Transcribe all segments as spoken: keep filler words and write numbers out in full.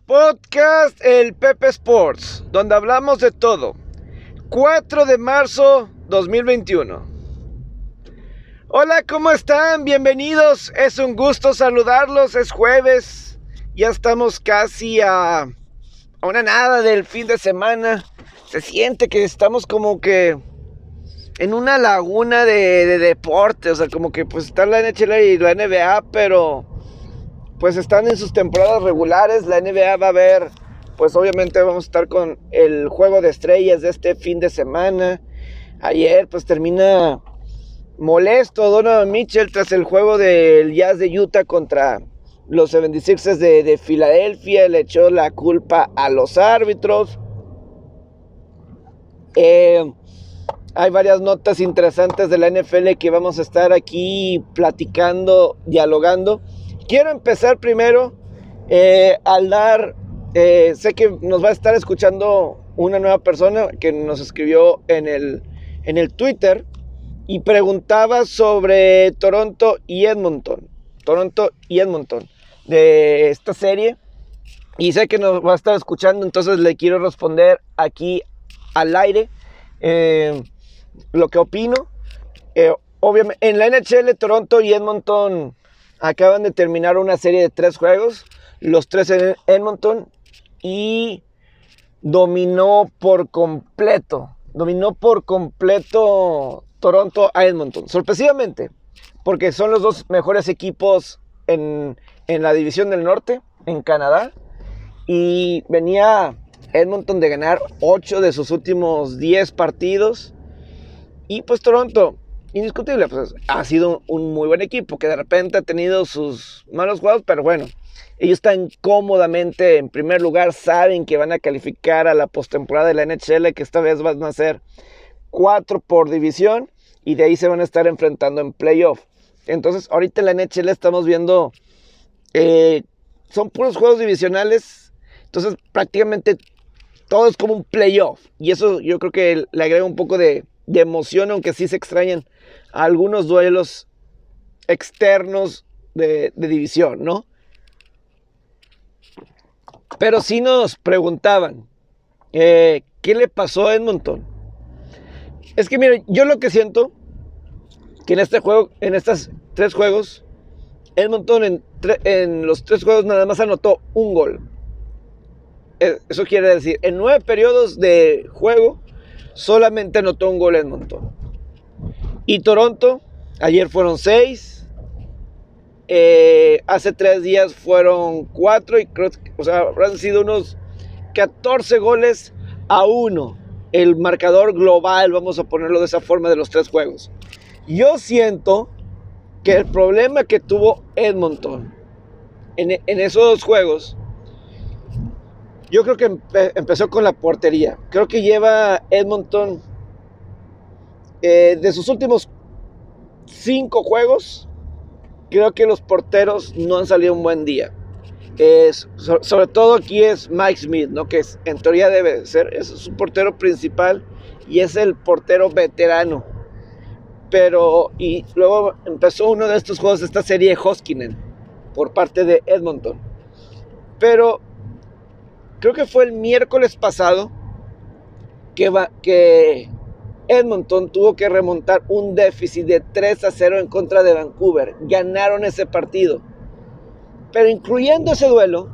Podcast El Pepe Sports, donde hablamos de todo. cuatro de marzo dos mil veintiuno. Hola, ¿cómo están? Bienvenidos. Es un gusto saludarlos. Es jueves. Ya estamos casi a, a una nada del fin de semana. Se siente que estamos como que en una laguna de, de deporte. O sea, como que pues está la N H L y la N B A, pero pues están en sus temporadas regulares. La N B A va a ver, pues obviamente vamos a estar con el juego de estrellas de este fin de semana. Ayer pues termina molesto Donovan Mitchell tras el juego del Jazz de Utah contra los setenta y seis ers de, de Filadelfia. Le echó la culpa a los árbitros. Eh, hay varias notas interesantes de la N F L que vamos a estar aquí platicando, dialogando. Quiero empezar primero eh, al dar, eh, sé que nos va a estar escuchando una nueva persona que nos escribió en el, en el Twitter y preguntaba sobre Toronto y Edmonton, Toronto y Edmonton, de esta serie, y sé que nos va a estar escuchando, entonces le quiero responder aquí al aire eh, lo que opino. Eh, obviamente, en la N H L, Toronto y Edmonton acaban de terminar una serie de tres juegos, los tres en Edmonton, y dominó por completo, dominó por completo Toronto a Edmonton, sorpresivamente, porque son los dos mejores equipos en, en la división del norte, en Canadá, y venía Edmonton de ganar ocho de sus últimos diez partidos, y pues Toronto, indiscutible, pues ha sido un muy buen equipo que de repente ha tenido sus malos juegos, pero bueno, ellos están cómodamente en primer lugar, saben que van a calificar a la postemporada de la N H L, que esta vez van a ser cuatro por división y de ahí se van a estar enfrentando en playoff. Entonces ahorita en la N H L estamos viendo, eh, son puros juegos divisionales, entonces prácticamente todo es como un playoff y eso yo creo que le agrega un poco de, de emoción, aunque sí se extrañan algunos duelos externos de, de división, ¿no? Pero sí nos preguntaban, eh, ¿qué le pasó a Edmonton? Es que miren, yo lo que siento, que en este juego, en estos tres juegos, Edmonton en, tre- en los tres juegos nada más anotó un gol. Eso quiere decir, en nueve periodos de juego, solamente anotó un gol Edmonton. Y Toronto, ayer fueron seis, eh, hace tres días fueron cuatro, y creo que, o sea, habrán sido unos catorce goles a uno. El marcador global, vamos a ponerlo de esa forma, de los tres juegos. Yo siento que el problema que tuvo Edmonton en, en esos dos juegos, yo creo que empe- empezó con la portería. Creo que lleva Edmonton eh, de sus últimos cinco juegos, creo que los porteros no han salido un buen día. Es, so, sobre todo aquí es Mike Smith, ¿no? Que es, en teoría debe ser, es su portero principal y es el portero veterano. Pero, y luego empezó uno de estos juegos, esta serie Hoskinen, por parte de Edmonton. Pero creo que fue el miércoles pasado que, va, que Edmonton tuvo que remontar un déficit de tres a cero en contra de Vancouver. Ganaron ese partido. Pero incluyendo ese duelo,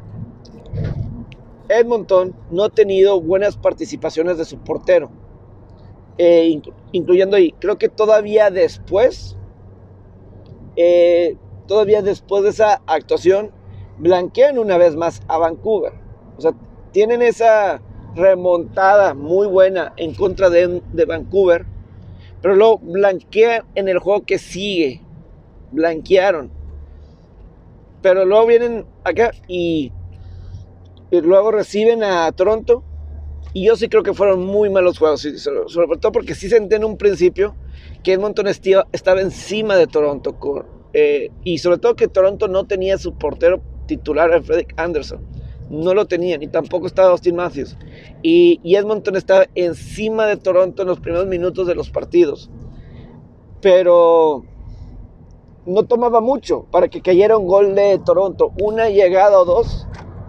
Edmonton no ha tenido buenas participaciones de su portero. Eh, inclu- incluyendo ahí, creo que todavía después, eh, todavía después de esa actuación, blanquean una vez más a Vancouver. O sea, tienen esa remontada muy buena en contra de, de Vancouver, pero luego blanquean en el juego que sigue. Blanquearon. Pero luego vienen acá y, y luego reciben a Toronto. Y yo sí creo que fueron muy malos juegos, sobre todo porque sí senté en un principio que Edmonton estaba encima de Toronto. Eh, y sobre todo que Toronto no tenía su portero titular, Frederik Andersen. No lo tenía, ni tampoco estaba Austin Matthews. Y, y Edmonton estaba encima de Toronto en los primeros minutos de los partidos. Pero no tomaba mucho para que cayera un gol de Toronto. Una llegada o dos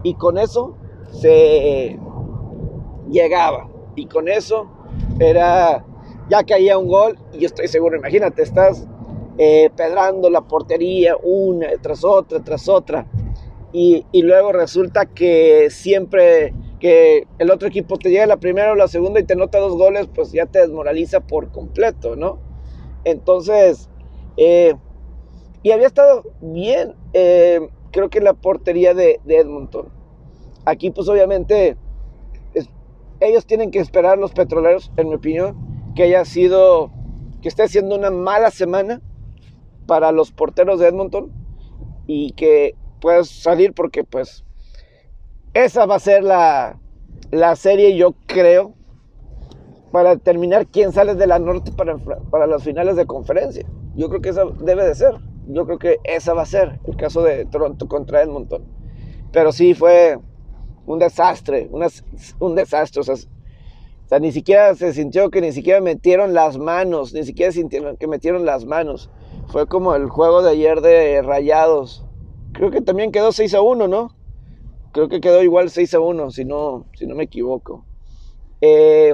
y con eso se llegaba, y con eso era, ya caía un gol, y yo estoy seguro, imagínate, estás eh, pedrando la portería una tras otra, tras otra, y, y luego resulta que siempre que el otro equipo te llega la primera o la segunda y te nota dos goles, pues ya te desmoraliza por completo, ¿no? Entonces, eh, y había estado bien, eh, creo que en la portería de, de Edmonton. Aquí pues obviamente es, ellos tienen que esperar, los Petroleros, en mi opinión, que haya sido, que esté siendo una mala semana para los porteros de Edmonton y que puedas salir, porque pues esa va a ser la, la serie, yo creo, para determinar quién sale de la norte para, para las finales de conferencia. Yo creo que esa debe de ser. Yo creo que esa va a ser el caso de Toronto contra Edmonton. Pero sí fue un desastre, una, un desastre. O sea, o sea, ni siquiera se sintió que ni siquiera metieron las manos, ni siquiera sintieron que metieron las manos. Fue como el juego de ayer de Rayados. Creo que también quedó seis a uno, ¿no? Creo que quedó igual seis a uno, si no, si no me equivoco. Eh,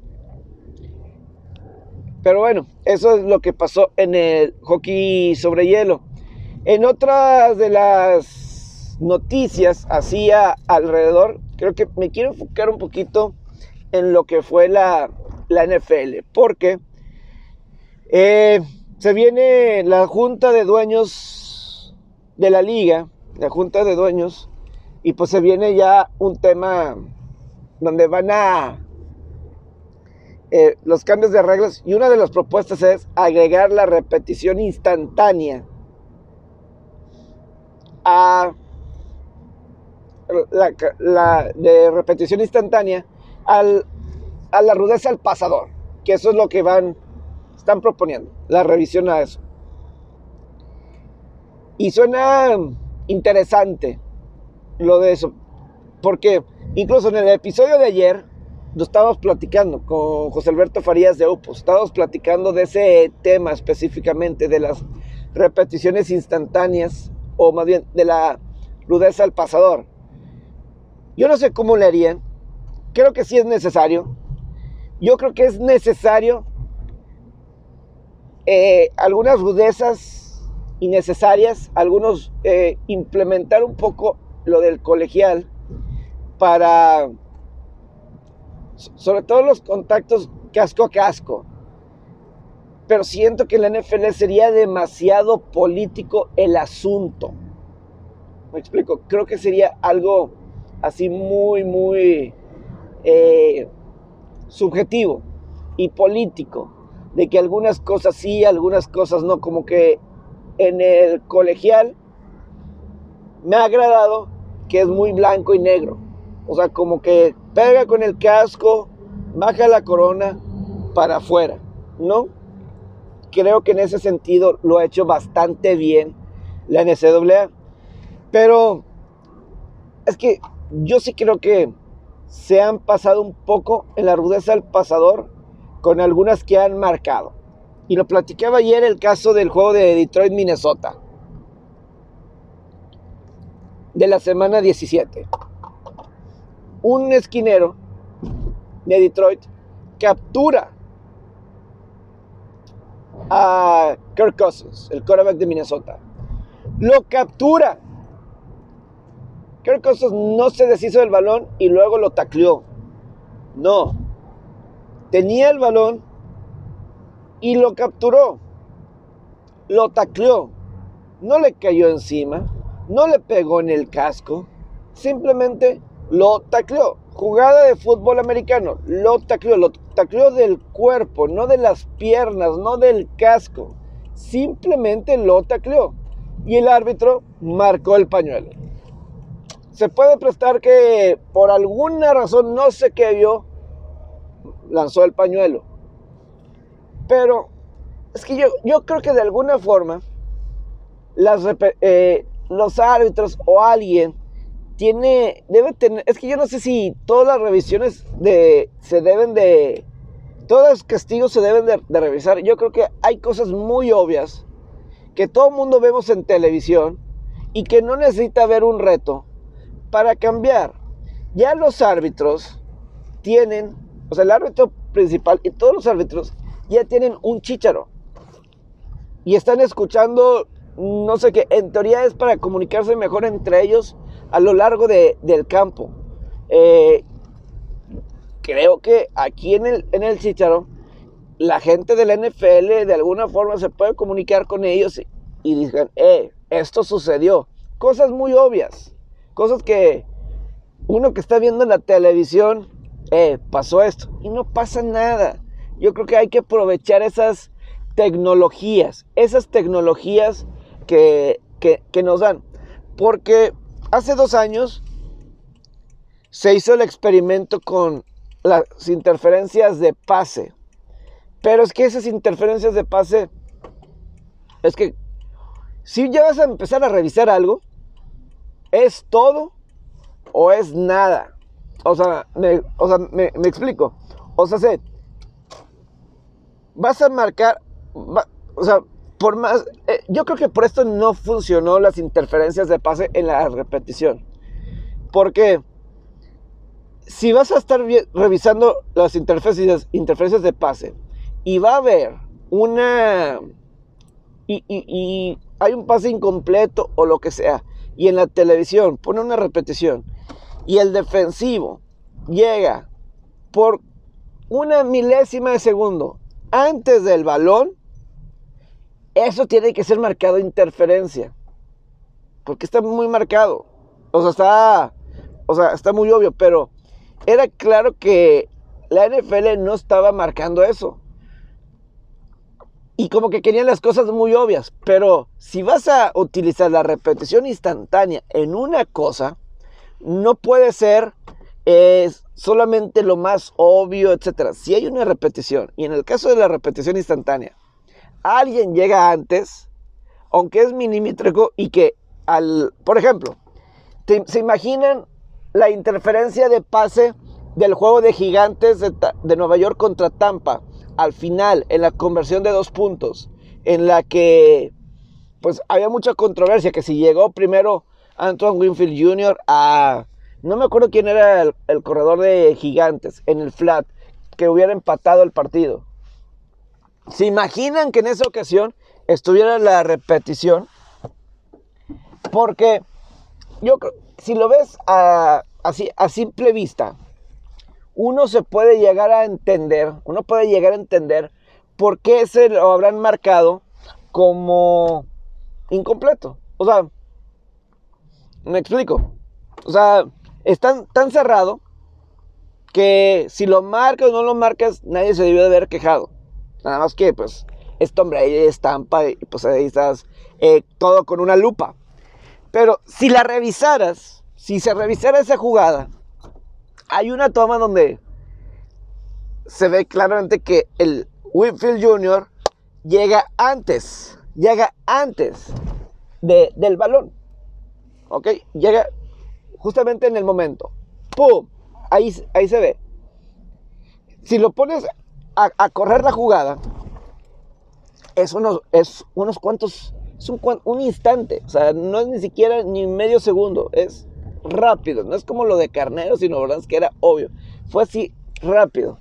pero bueno, eso es lo que pasó en el hockey sobre hielo. En otras de las noticias así alrededor, creo que me quiero enfocar un poquito en lo que fue la, la N F L, porque eh, se viene la junta de dueños de la liga, la junta de dueños, y pues se viene ya un tema donde van a eh, los cambios de reglas, y una de las propuestas es agregar la repetición instantánea a la, la de repetición instantánea al, a la rudeza al pasador, que eso es lo que van están proponiendo, la revisión a eso. Y suena interesante lo de eso, porque incluso en el episodio de ayer lo estábamos platicando con José Alberto Farías de Opus, estábamos platicando de ese tema específicamente, de las repeticiones instantáneas, o más bien de la rudeza al pasador. Yo no sé cómo le harían, creo que sí es necesario, yo creo que es necesario eh, algunas rudezas innecesarias, algunos eh, implementar un poco lo del colegial para, sobre todo los contactos casco a casco, pero siento que en la N F L sería demasiado político el asunto. Me explico, creo que sería algo así muy, muy eh, subjetivo y político, de que algunas cosas sí, algunas cosas no, como que en el colegial me ha agradado que es muy blanco y negro, o sea, como que pega con el casco, baja la corona para afuera, ¿no? Creo que en ese sentido lo ha hecho bastante bien la N C A A, pero es que yo sí creo que se han pasado un poco en la rudeza al pasador con algunas que han marcado. Y lo platicaba ayer el caso del juego de Detroit, Minnesota, de la semana diecisiete. Un esquinero de Detroit captura a Kirk Cousins, el quarterback de Minnesota. Lo captura. Kirk Cousins no se deshizo del balón y luego lo tacleó. No. Tenía el balón y lo capturó. Lo tacleó. No le cayó encima. No le pegó en el casco. Simplemente lo tacleó. Jugada de fútbol americano. Lo tacleó. Lo tacleó del cuerpo, no de las piernas, no del casco. Simplemente lo tacleó. Y el árbitro marcó el pañuelo. Se puede prestar que por alguna razón, no sé qué vio, lanzó el pañuelo. Pero es que yo, yo creo que de alguna forma las, eh, los árbitros o alguien tiene, debe tener, es que yo no sé si todas las revisiones de, se deben de, todos los castigos se deben de, de revisar. Yo creo que hay cosas muy obvias que todo el mundo vemos en televisión y que no necesita ver un reto para cambiar. Ya los árbitros tienen, o sea, el árbitro principal y todos los árbitros ya tienen un chícharo. Y están escuchando, no sé qué, en teoría es para comunicarse mejor entre ellos a lo largo de, del campo. Eh, creo que aquí en el, en el chícharo, la gente del N F L de alguna forma se puede comunicar con ellos y, y digan, eh, esto sucedió. Cosas muy obvias, cosas que uno que está viendo en la televisión, eh, pasó esto y no pasa nada. Yo creo que hay que aprovechar esas tecnologías, esas tecnologías que, que, que nos dan. Porque hace dos años se hizo el experimento con las interferencias de pase. Pero es que esas interferencias de pase, es que si ya vas a empezar a revisar algo, ¿es todo o es nada? O sea, me, o sea, me, me explico. O sea, sé, vas a marcar, va, o sea, por más, eh, yo creo que por esto no funcionó las interferencias de pase en la repetición. Porque si vas a estar revisando las interferencias, interferencias de pase y va a haber una, y, y, y hay un pase incompleto o lo que sea, y en la televisión pone una repetición y el defensivo llega por una milésima de segundo antes del balón, eso tiene que ser marcado interferencia, porque está muy marcado, o sea, está, o sea, está muy obvio, pero era claro que la N F L no estaba marcando eso. Y como que querían las cosas muy obvias. Pero si vas a utilizar la repetición instantánea en una cosa, no puede ser eh, solamente lo más obvio, etcétera. Si hay una repetición, y en el caso de la repetición instantánea, alguien llega antes, aunque es milimétrico, y que, al, por ejemplo, te, ¿se imaginan la interferencia de pase del juego de Gigantes de, de Nueva York contra Tampa? Al final, en la conversión de dos puntos, en la que pues había mucha controversia, que si llegó primero Antoine Winfield junior a, no me acuerdo quién era el, el corredor de Gigantes, en el flat, que hubiera empatado el partido. ¿Se imaginan que en esa ocasión estuviera la repetición? Porque yo creo, si lo ves a, así, a simple vista, uno se puede llegar a entender, uno puede llegar a entender por qué se lo habrán marcado como incompleto. O sea, me explico. O sea, es tan, tan cerrado que si lo marcas o no lo marcas, nadie se debió de haber quejado. Nada más que, pues, es Tom Brady, es Tampa, y pues ahí estás eh, todo con una lupa. Pero si la revisaras, si se revisara esa jugada, hay una toma donde se ve claramente que el Winfield junior llega antes, llega antes de, del balón, ¿ok? Llega justamente en el momento, ¡pum! Ahí, ahí se ve. Si lo pones a, a correr la jugada, es unos, es unos cuantos, es un, un instante, o sea, no es ni siquiera ni medio segundo, es rápido, no es como lo de Carnero, sino verdad es que era obvio, fue así rápido.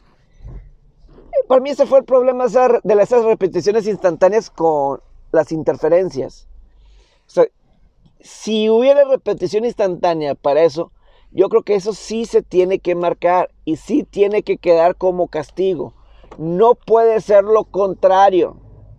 Y para mí ese fue el problema de esas repeticiones instantáneas con las interferencias. O sea, si hubiera repetición instantánea para eso, yo creo que eso sí se tiene que marcar y sí tiene que quedar como castigo. No puede ser lo contrario.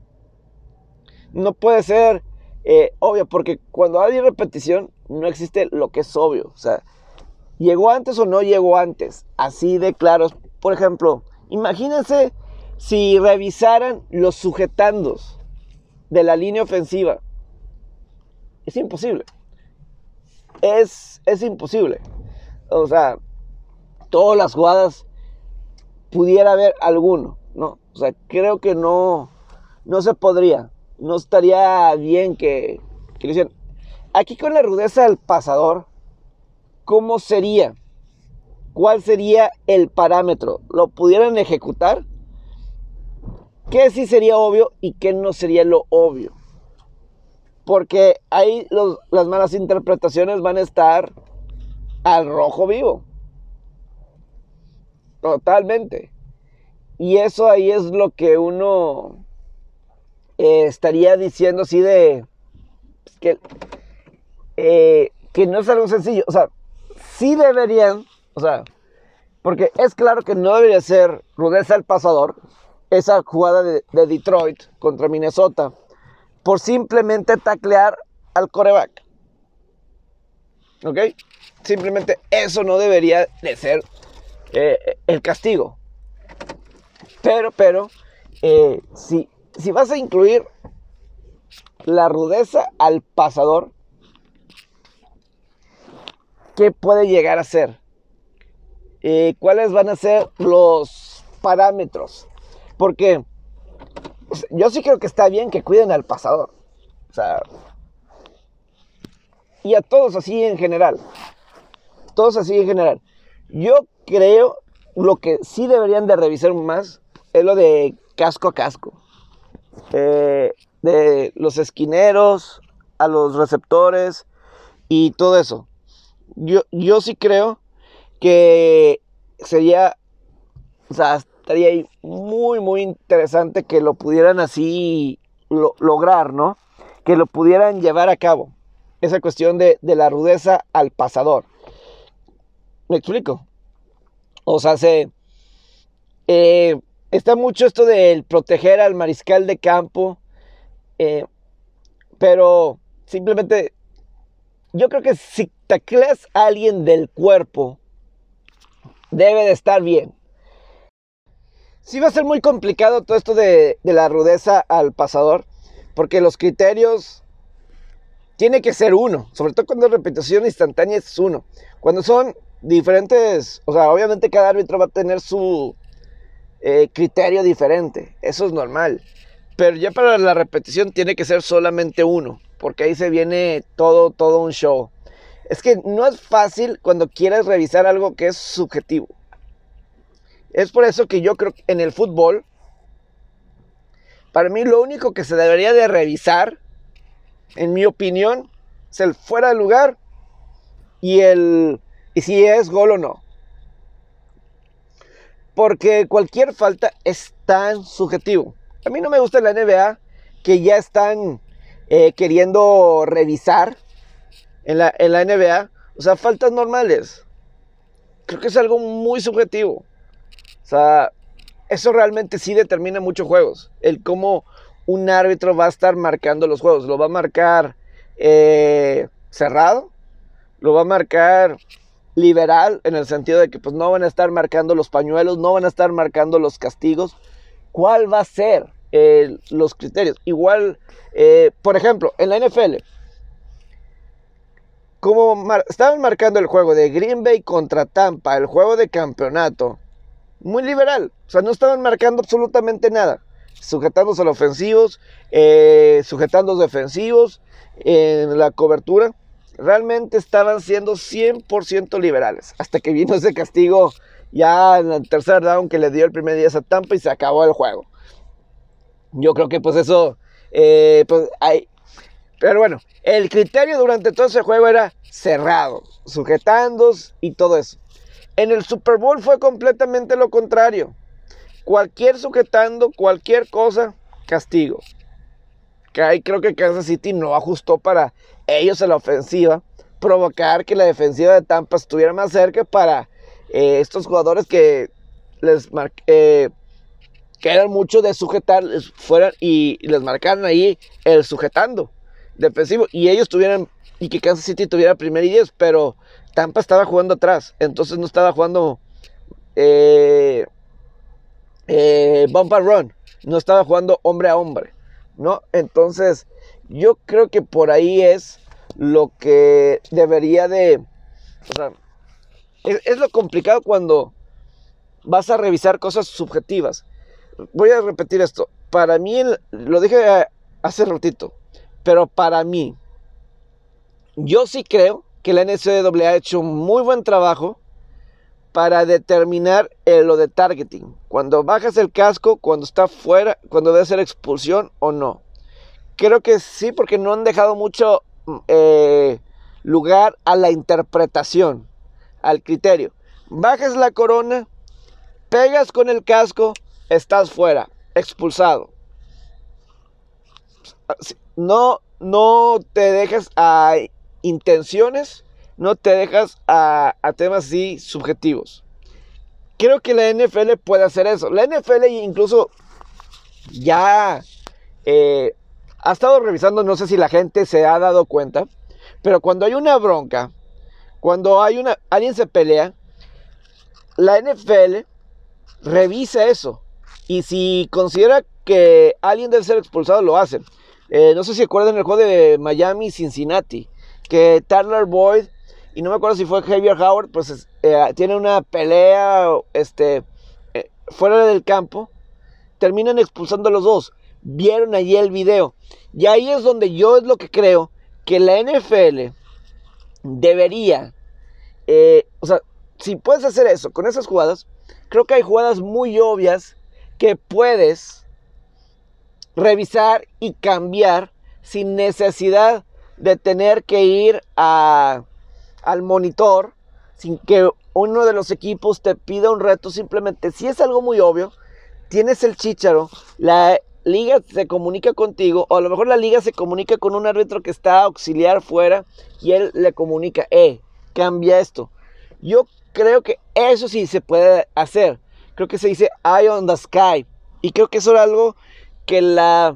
No puede ser eh, obvio, porque cuando hay repetición no existe lo que es obvio. O sea, ¿llegó antes o no llegó antes? Así de claros. Por ejemplo, imagínense si revisaran los sujetandos de la línea ofensiva. Es imposible. Es, es imposible. O sea, todas las jugadas pudiera haber alguno, ¿no? O sea, creo que no, no se podría. No estaría bien que, que lo hicieran. Aquí con la rudeza del pasador, ¿cómo sería? ¿Cuál sería el parámetro? ¿Lo pudieran ejecutar? ¿Qué sí sería obvio y qué no sería lo obvio? Porque ahí los, las malas interpretaciones van a estar al rojo vivo. Totalmente. Y eso ahí es lo que uno eh, estaría diciendo así de pues, que, eh, que no es algo sencillo. O sea, sí deberían, o sea, porque es claro que no debería ser rudeza al pasador, esa jugada de, de Detroit contra Minnesota, por simplemente taclear al quarterback. ¿Ok? Simplemente eso no debería de ser eh, el castigo. Pero, pero, eh, si, si vas a incluir la rudeza al pasador, ¿qué puede llegar a ser? Eh, ¿Cuáles van a ser los parámetros? Porque yo sí creo que está bien que cuiden al pasador. O sea, y a todos así en general. Todos así en general. Yo creo lo que sí deberían de revisar más es lo de casco a casco. Eh, de los esquineros a los receptores y todo eso. Yo, yo sí creo que sería, o sea, estaría ahí muy, muy interesante que lo pudieran así lo, lograr, ¿no? Que lo pudieran llevar a cabo. Esa cuestión de, de la rudeza al pasador. ¿Me explico? O sea, se... Eh, está mucho esto del proteger al mariscal de campo, eh, pero simplemente yo creo que si tacleas a alguien del cuerpo, debe de estar bien. Sí va a ser muy complicado todo esto de, de la rudeza al pasador, porque los criterios tiene que ser uno, sobre todo cuando es repetición instantánea es uno. Cuando son diferentes, o sea, obviamente cada árbitro va a tener su eh, criterio diferente, eso es normal. Pero ya para la repetición tiene que ser solamente uno, porque ahí se viene todo, todo un show. Es que no es fácil cuando quieres revisar algo que es subjetivo. Es por eso que yo creo que en el fútbol, para mí lo único que se debería de revisar, en mi opinión, es el fuera de lugar y el y si es gol o no. Porque cualquier falta es tan subjetivo. A mí no me gusta la N B A que ya están eh, queriendo revisar en la, en la N B A. O sea, faltas normales. Creo que es algo muy subjetivo. O sea, eso realmente sí determina muchos juegos. El cómo un árbitro va a estar marcando los juegos. Lo va a marcar eh, cerrado. Lo va a marcar liberal, en el sentido de que pues no van a estar marcando los pañuelos, no van a estar marcando los castigos. ¿Cuál va a ser eh, los criterios? Igual, eh, por ejemplo, en la N F L, como mar- estaban marcando el juego de Green Bay contra Tampa, el juego de campeonato, muy liberal. O sea, no estaban marcando absolutamente nada. Sujetándose a los ofensivos, eh, sujetando los defensivos, en la cobertura. Realmente estaban siendo cien por ciento liberales. Hasta que vino ese castigo ya en el tercer down que le dio el primer día a Tampa y se acabó el juego. Yo creo que pues eso... Eh, pues, hay... Pero bueno, el criterio durante todo ese juego era cerrado, sujetándose y todo eso. En el Super Bowl fue completamente lo contrario. Cualquier sujetando, cualquier cosa, castigo. Que ahí creo que Kansas City no ajustó para ellos en la ofensiva, provocar que la defensiva de Tampa estuviera más cerca para eh, estos jugadores que les mar eh, que eran mucho de sujetar, fueran y, y les marcaron ahí el sujetando defensivo y ellos tuvieran, y que Kansas City tuviera primer y diez, pero Tampa estaba jugando atrás, entonces no estaba jugando eh, eh, bump and run, no estaba jugando hombre a hombre, ¿no? Entonces yo creo que por ahí es lo que debería de, o sea, es, es lo complicado cuando vas a revisar cosas subjetivas. Voy a repetir esto, para mí, lo dije hace ratito, pero para mí, yo sí creo que la N C A A ha hecho un muy buen trabajo para determinar eh, lo de targeting. Cuando bajas el casco, cuando está fuera, cuando debe ser expulsión o no. Creo que sí, porque no han dejado mucho eh, lugar a la interpretación. al criterio. Bajas la corona, pegas con el casco, estás fuera, expulsado. No, no te dejas a intenciones, no te dejas a, a temas así subjetivos. Creo que la N F L puede hacer eso. La N F L incluso ya eh, ha estado revisando, no sé si la gente se ha dado cuenta, pero cuando hay una bronca, cuando hay una, alguien se pelea, la N F L revisa eso. Y si considera que alguien debe ser expulsado, lo hacen. Eh, no sé si recuerdan el juego de Miami-Cincinnati, que Tyler Boyd, y no me acuerdo si fue Xavier Howard, pues eh, tiene una pelea este, eh, fuera del campo, terminan expulsando a los dos. Vieron allí el video. Y ahí es donde yo es lo que creo, que la N F L debería, eh, o sea, si puedes hacer eso con esas jugadas, creo que hay jugadas muy obvias que puedes revisar y cambiar sin necesidad de tener que ir a, al monitor, sin que uno de los equipos te pida un reto. Simplemente, si es algo muy obvio, tienes el chícharo, la liga se comunica contigo, o a lo mejor la liga se comunica con un árbitro que está auxiliar fuera, y él le comunica, eh, cambia esto. Yo creo que eso sí se puede hacer. Creo que se dice eye on the sky, y creo que eso era algo que la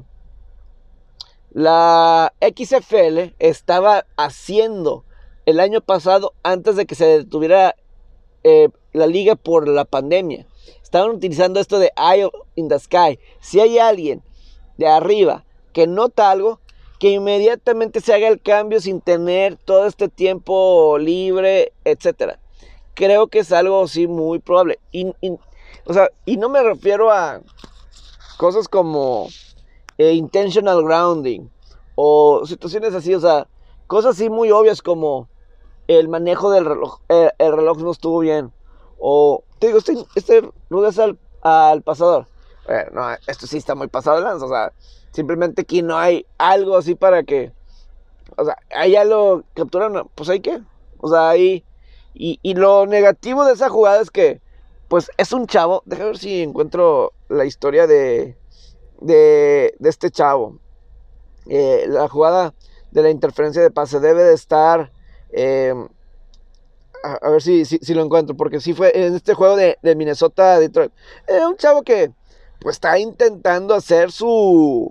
la X F L estaba haciendo el año pasado, antes de que se detuviera eh, la liga por la pandemia. Estaban utilizando esto de eye in the sky. Si hay alguien de arriba que nota algo, que inmediatamente se haga el cambio sin tener todo este tiempo libre, etcétera. Creo que es algo así muy probable. Y, y, o sea, y no me refiero a cosas como eh, intentional grounding o situaciones así, o sea, cosas así muy obvias como el manejo del reloj, eh, el reloj no estuvo bien, o te digo, este, este rudeza al, al pasador. Eh, no, esto sí está muy pasado de lanza, o sea, simplemente aquí no hay algo así para que, o sea, ahí ya lo capturaron, pues hay que, o sea, ahí, y, y lo negativo de esa jugada es que, pues es un chavo, déjame ver si encuentro la historia de, de, de este chavo. Eh, la jugada de la interferencia de pase debe de estar, eh, a, a ver si, si, si lo encuentro, porque sí fue en este juego de, de Minnesota-Detroit. Era un chavo que pues está intentando hacer su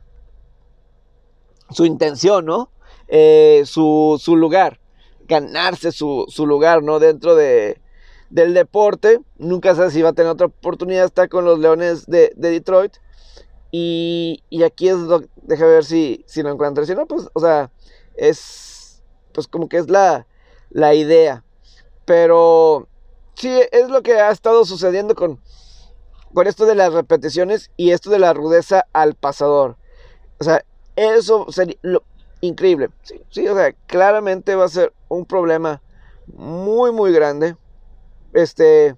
su intención, ¿no? Eh, su, su lugar, ganarse su, su lugar, ¿no? Dentro de, del deporte. Nunca sabes si va a tener otra oportunidad. Está con los Leones de, de Detroit. Y, y aquí es lo, déjame ver si, si lo encuentro. Si no, pues, o sea, es, pues como que es la, la idea. Pero sí, es lo que ha estado sucediendo con, con esto de las repeticiones y esto de la rudeza al pasador. O sea, eso sería lo increíble. Sí, sí, o sea, claramente va a ser un problema muy, muy grande. Este,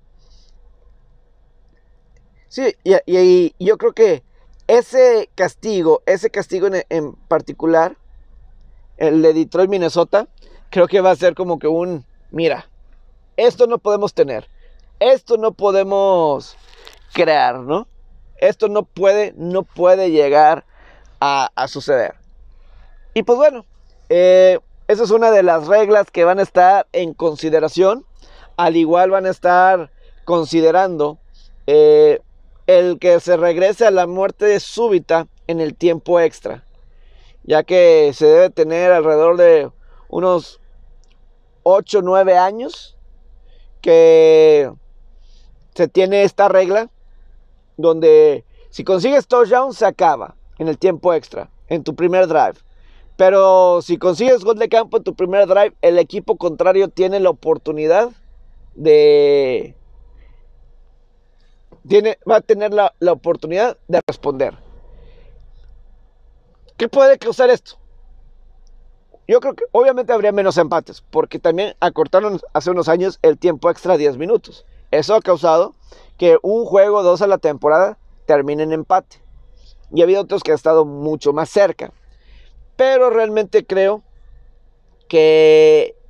sí, y, y, y yo creo que ese castigo, ese castigo en, en particular, el de Detroit, Minnesota, creo que va a ser como que un, mira, esto no podemos tener, esto no podemos crear, ¿no? Esto no puede, no puede llegar a, a suceder. Y pues bueno, eh, esa es una de las reglas que van a estar en consideración. Al igual van a estar considerando eh, el que se regrese a la muerte súbita en el tiempo extra, ya que se debe tener alrededor de unos ocho o nueve años que se tiene esta regla, donde si consigues touchdown se acaba en el tiempo extra, en tu primer drive. Pero si consigues gol de campo en tu primer drive, el equipo contrario tiene la oportunidad de... Tiene, va a tener la, la oportunidad de responder. ¿Qué puede causar esto? Yo creo que obviamente habría menos empates, porque también acortaron hace unos años el tiempo extra a diez minutos. Eso ha causado que un juego o dos a la temporada termine en empate. Y ha habido otros que han estado mucho más cerca. Pero realmente creo que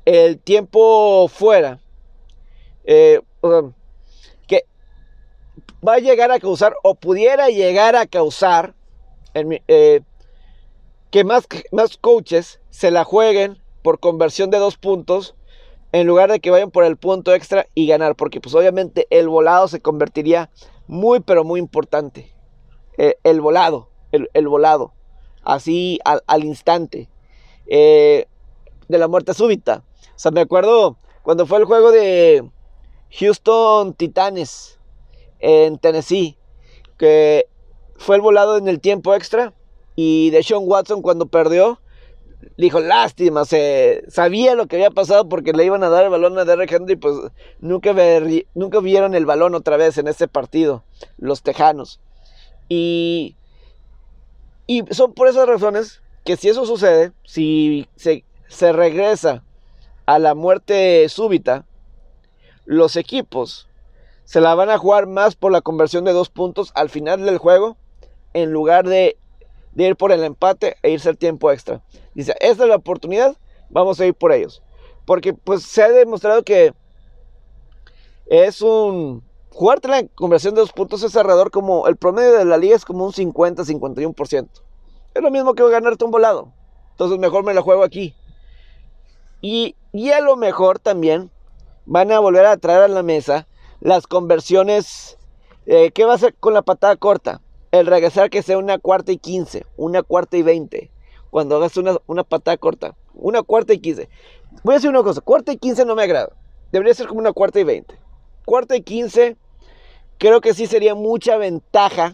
el tiempo fuera, eh, o sea, que va a llegar a causar, o pudiera llegar a causar, en, eh, que más, más coaches se la jueguen por conversión de dos puntos, en lugar de que vayan por el punto extra y ganar, porque pues obviamente el volado se convertiría muy pero muy importante. Eh, el volado, el, el volado, así al, al instante, eh, de la muerte súbita. O sea, me acuerdo cuando fue el juego de Houston Titanes en Tennessee, que fue el volado en el tiempo extra, y Deshaun Watson cuando perdió, dijo, lástima, se sabía lo que había pasado porque le iban a dar el balón a Derrick Henry, pues nunca, ver, nunca vieron el balón otra vez en ese partido, los Tejanos. Y, y son por esas razones que si eso sucede, si se, se regresa a la muerte súbita, los equipos se la van a jugar más por la conversión de dos puntos al final del juego, en lugar de de ir por el empate e irse al tiempo extra. Dice, esta es la oportunidad, vamos a ir por ellos. Porque pues se ha demostrado que es un... Jugarte la conversión de dos puntos es alrededor como... El promedio de la liga es como un cincuenta a cincuenta y uno por ciento. Es lo mismo que ganarte un volado. Entonces mejor me la juego aquí. Y, y a lo mejor también van a volver a traer a la mesa las conversiones. Eh, ¿Qué va a hacer con la patada corta? El regresar que sea una cuarta y quince, una cuarta y veinte. Cuando hagas una, una patada corta, una cuarta y quince. Voy a decir una cosa, cuarta y quince no me agrada. Debería ser como una cuarta y veinte. Cuarta y quince, creo que sí sería mucha ventaja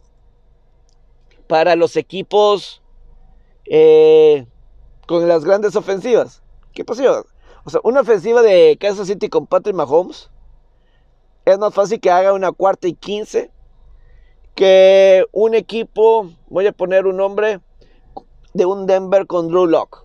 para los equipos eh, con las grandes ofensivas. ¿Qué pasó? O sea, una ofensiva de Kansas City con Patrick Mahomes es más fácil que haga una cuarta y quince que un equipo, voy a poner un nombre, de un Denver con Drew Lock.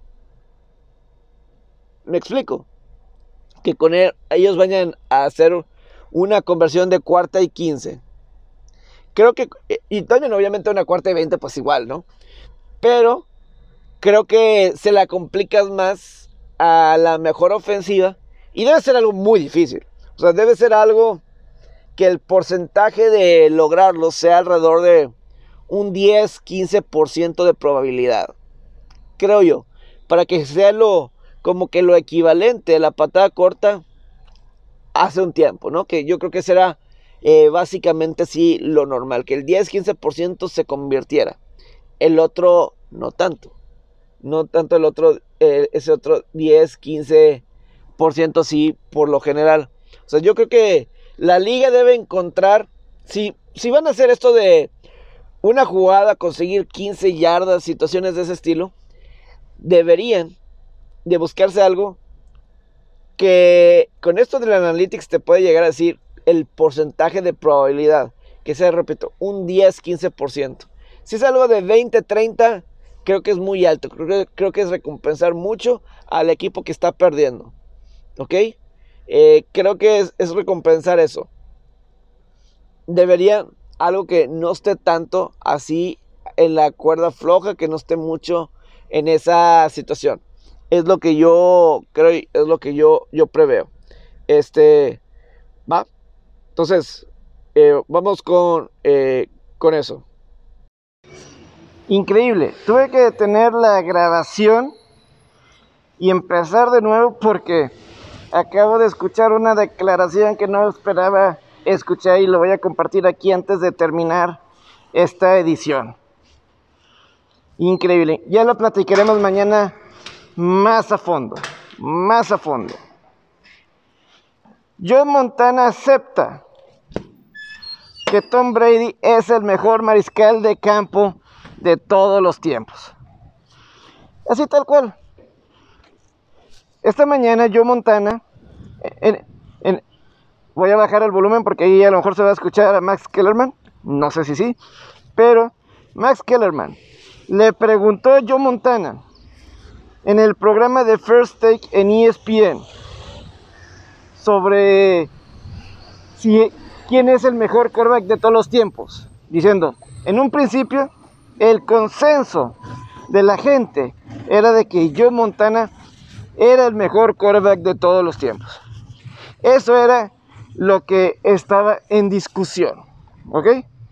¿Me explico? Que con él, ellos vayan a hacer una conversión de cuarta y quince. Creo que, y también obviamente una cuarta y veinte, pues igual, ¿no? Pero creo que se la complicas más a la mejor ofensiva y debe ser algo muy difícil. O sea, debe ser algo que el porcentaje de lograrlo sea alrededor de un diez a quince por ciento de probabilidad, creo yo, para que sea lo como que lo equivalente a la patada corta hace un tiempo, ¿no? Que yo creo que será eh, básicamente sí lo normal, que el diez a quince por ciento se convirtiera, el otro no tanto, no tanto el otro, eh, ese otro diez a quince por ciento sí por lo general. O sea, yo creo que la liga debe encontrar, si, si van a hacer esto de una jugada, conseguir quince yardas, situaciones de ese estilo, deberían de buscarse algo que con esto del Analytics te puede llegar a decir el porcentaje de probabilidad, que sea, repito, un diez a quince por ciento. Si es algo de veinte a treinta, creo que es muy alto, creo que, creo que es recompensar mucho al equipo que está perdiendo, ¿ok? Eh, creo que es, es recompensar eso. Debería algo que no esté tanto así en la cuerda floja, que no esté mucho en esa situación. Es lo que yo creo y es lo que yo, yo preveo. Este, va. Entonces, eh, vamos con, eh, con eso. Increíble. Tuve que detener la grabación y empezar de nuevo porque acabo de escuchar una declaración que no esperaba escuchar y lo voy a compartir aquí antes de terminar esta edición. Increíble. Ya lo platicaremos mañana más a fondo, más a fondo. Joe Montana acepta que Tom Brady es el mejor mariscal de campo de todos los tiempos. Así tal cual. Esta mañana Joe Montana, en, en, voy a bajar el volumen porque ahí a lo mejor se va a escuchar a Max Kellerman, no sé si sí, pero Max Kellerman le preguntó a Joe Montana en el programa de First Take en E S P N sobre si, quién es el mejor quarterback de todos los tiempos, diciendo, en un principio el consenso de la gente era de que Joe Montana era el mejor quarterback de todos los tiempos. Eso era lo que estaba en discusión, ¿ok?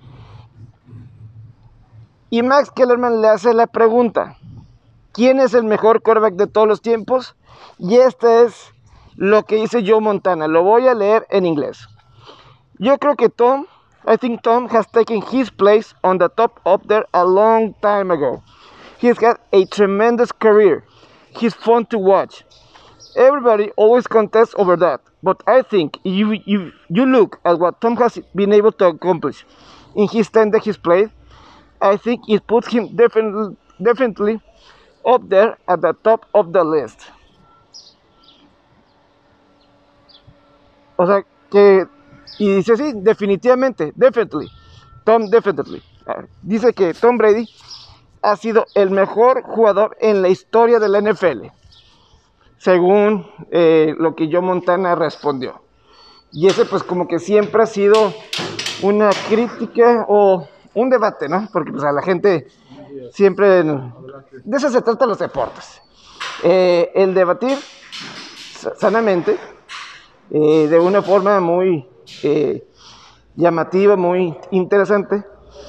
Y Max Kellerman le hace la pregunta: ¿quién es el mejor quarterback de todos los tiempos? Y este es lo que dice Joe Montana. Lo voy a leer en inglés. Yo creo que Tom, I think Tom has taken his place on the top up there a long time ago. He's had a tremendous career. He's fun to watch. Everybody always contests over that, but I think if you, you, you look at what Tom has been able to accomplish in his time that he's played, I think it puts him definitely, definitely up there at the top of the list. O sea, que, y dice sí, definitivamente, definitely, Tom definitely. Dice que Tom Brady ha sido el mejor jugador en la historia de la N F L, según eh, lo que Joe Montana respondió. Y ese pues como que siempre ha sido una crítica o un debate, ¿no? Porque pues a la gente siempre, de eso se trata los deportes, eh, el debatir sanamente, eh, de una forma muy eh, llamativa, muy interesante,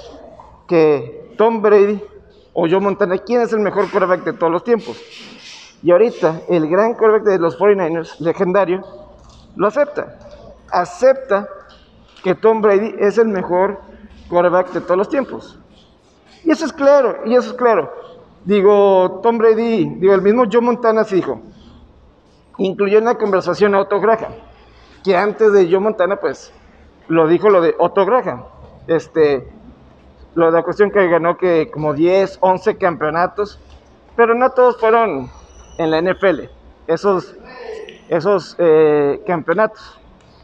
que Tom Brady o Joe Montana, ¿quién es el mejor quarterback de todos los tiempos? Y ahorita el gran quarterback de los cuarenta y nueve ers, legendario, lo acepta. Acepta que Tom Brady es el mejor quarterback de todos los tiempos. Y eso es claro, y eso es claro. Digo, Tom Brady, digo, el mismo Joe Montana se dijo, incluyó en la conversación a Otto Graham, que antes de Joe Montana, pues, lo dijo lo de Otto Graham. Este, lo de la cuestión que ganó que como diez, once campeonatos, pero no todos fueron en la N F L, esos, esos eh, campeonatos.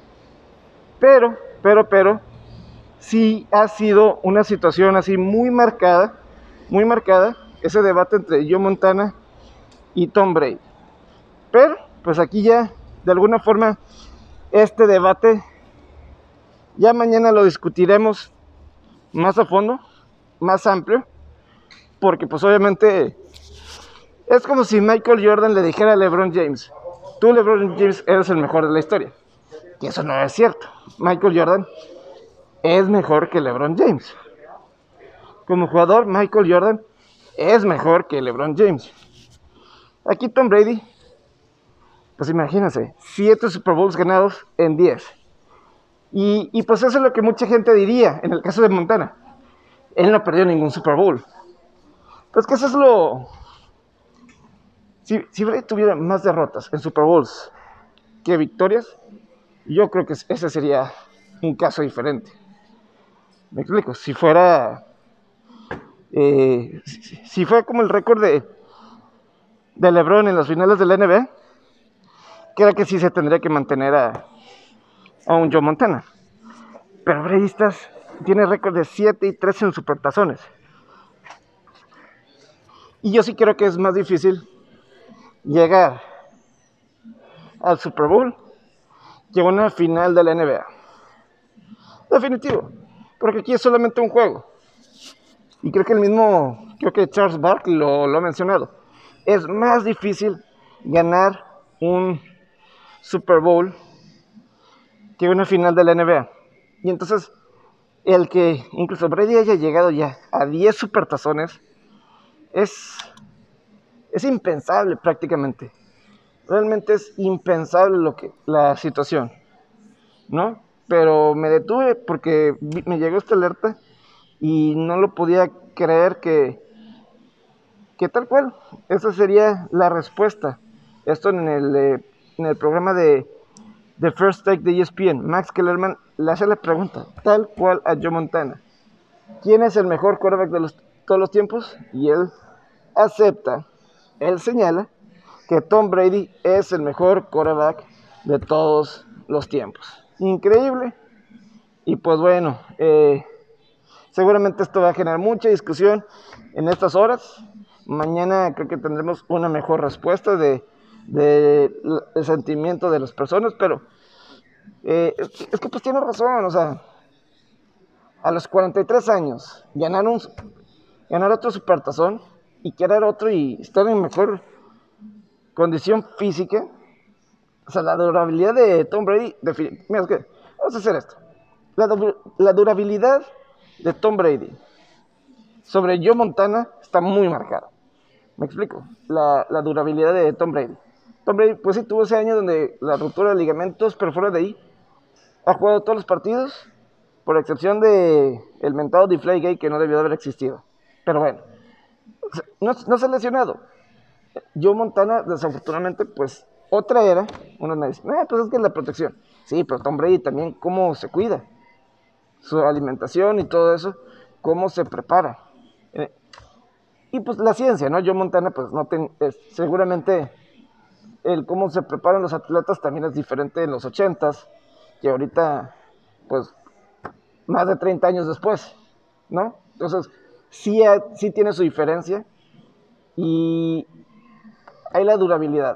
Pero, pero, pero, sí ha sido una situación así muy marcada, muy marcada, ese debate entre Joe Montana y Tom Brady. Pero, pues aquí ya, de alguna forma, este debate, ya mañana lo discutiremos más a fondo, más amplio, porque pues obviamente es como si Michael Jordan le dijera a LeBron James, tú LeBron James eres el mejor de la historia, y eso no es cierto. Michael Jordan es mejor que LeBron James. Como jugador, Michael Jordan es mejor que LeBron James. Aquí Tom Brady, pues imagínense, siete Super Bowls ganados en diez. Y, y pues eso es lo que mucha gente diría en el caso de Montana. Él no perdió ningún Super Bowl. Pues que eso es lo... Si, si Brady tuviera más derrotas en Super Bowls que victorias, yo creo que ese sería un caso diferente. Me explico, si fuera... Eh, si, si fuera como el récord de, de LeBron en las finales de la N B A, creo que sí se tendría que mantener a, a un Joe Montana. Pero Brady estás, tiene récord de siete y trece en supertazones. Y yo sí creo que es más difícil llegar al Super Bowl que a una final de la N B A. Definitivo, porque aquí es solamente un juego. Y creo que el mismo, creo que Charles Barkley lo, lo ha mencionado. Es más difícil ganar un Super Bowl que una final de la N B A. Y entonces, el que incluso Brady haya llegado ya a diez supertazones es, es impensable prácticamente. Realmente es impensable lo que, la situación, ¿no? Pero me detuve porque me llegó esta alerta y no lo podía creer que, que tal cual, esa sería la respuesta. Esto en el, eh, en el programa de The First Take de E S P N, Max Kellerman le hace la pregunta, tal cual a Joe Montana, ¿quién es el mejor quarterback de los, todos los tiempos? Y él acepta, él señala que Tom Brady es el mejor quarterback de todos los tiempos. Increíble. Y pues bueno, eh, seguramente esto va a generar mucha discusión en estas horas. Mañana creo que tendremos una mejor respuesta de, de el sentimiento de las personas, pero eh, es, es que pues tiene razón, o sea, a los cuarenta y tres años ganar, un, ganar otro supertazón y querer otro y estar en mejor condición física, o sea, la durabilidad de Tom Brady, mira, es que vamos a hacer esto. La, la durabilidad de Tom Brady sobre Joe Montana está muy marcada. Me explico, la, la durabilidad de Tom Brady. Tom Brady, pues sí, tuvo ese año donde la ruptura de ligamentos, pero fuera de ahí, ha jugado todos los partidos, por excepción de el mentado Deflategate que no debió de haber existido. Pero bueno, no, no se ha lesionado. Joe Montana, desafortunadamente, pues otra era, uno me dice, eh, pues es que es la protección. Sí, pero Tom Brady también, cómo se cuida, su alimentación y todo eso, cómo se prepara. Eh, y pues la ciencia, ¿no? Joe Montana, pues no ten, eh, seguramente el cómo se preparan los atletas también es diferente en los ochentas, que ahorita, pues, más de treinta años después, ¿no? Entonces, sí, sí tiene su diferencia y hay la durabilidad.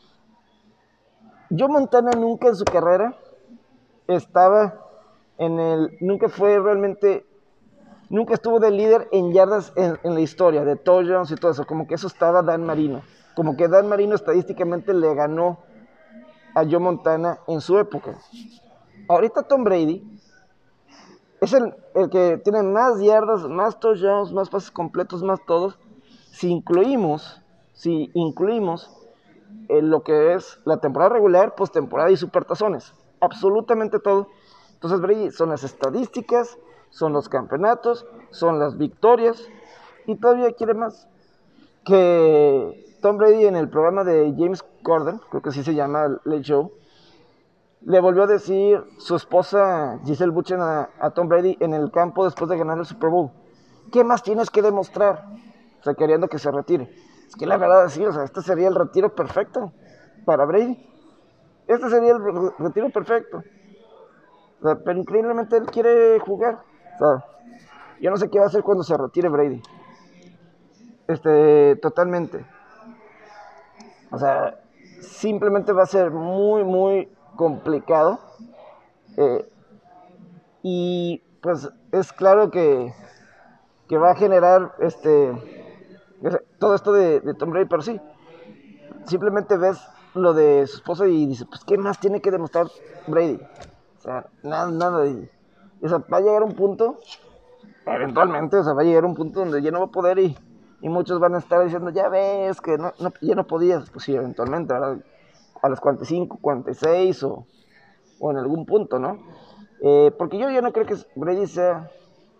Joe Montana nunca en su carrera estaba en el, nunca fue realmente, nunca estuvo de líder en yardas en, en la historia, de touchdowns y todo eso, como que eso estaba Dan Marino, como que Dan Marino estadísticamente le ganó a Joe Montana en su época. Ahorita Tom Brady es el, el que tiene más yardas, más touchdowns, más pases completos, más todos, si incluimos, si incluimos eh, lo que es la temporada regular, postemporada y supertazones, absolutamente todo. Entonces Brady son las estadísticas, son los campeonatos, son las victorias y todavía quiere más. Que Tom Brady en el programa de James Corden, creo que así se llama el Late Show, le volvió a decir su esposa Giselle Bündchen a, a Tom Brady en el campo después de ganar el Super Bowl: ¿qué más tienes que demostrar? O sea, queriendo que se retire. Es que la verdad sí, o sea, este sería el retiro perfecto para Brady. Este sería el re- retiro perfecto. O sea, pero increíblemente él quiere jugar. O sea, yo no sé qué va a hacer cuando se retire Brady. Este, totalmente. O sea, simplemente va a ser muy, muy complicado. Eh, y pues es claro que, que va a generar este todo esto de, de Tom Brady, pero sí, simplemente ves lo de su esposo y dices, pues ¿qué más tiene que demostrar Brady? O sea, nada, nada. Y, o sea, va a llegar un punto, eventualmente, o sea, va a llegar un punto donde ya no va a poder y, y muchos van a estar diciendo, ya ves que no, no, ya no podías. Pues sí, eventualmente, ¿verdad? A los cuarenta y cinco, cuarenta y seis o, o en algún punto, ¿no? Eh, porque yo ya no creo que Brady sea,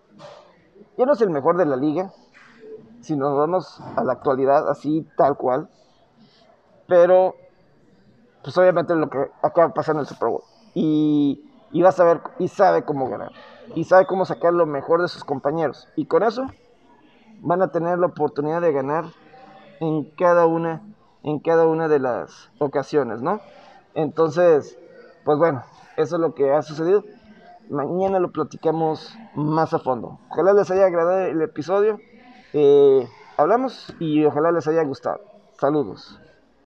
ya no es el mejor de la liga, si nos vamos a la actualidad así tal cual, pero pues obviamente lo que acaba pasando en el Super Bowl y, y va a saber y sabe cómo ganar y sabe cómo sacar lo mejor de sus compañeros y con eso van a tener la oportunidad de ganar en cada una en cada una de las ocasiones, ¿no? Entonces, pues bueno, eso es lo que ha sucedido. Mañana lo platicamos más a fondo. Ojalá les haya agradado el episodio. Eh, hablamos y ojalá les haya gustado. Saludos.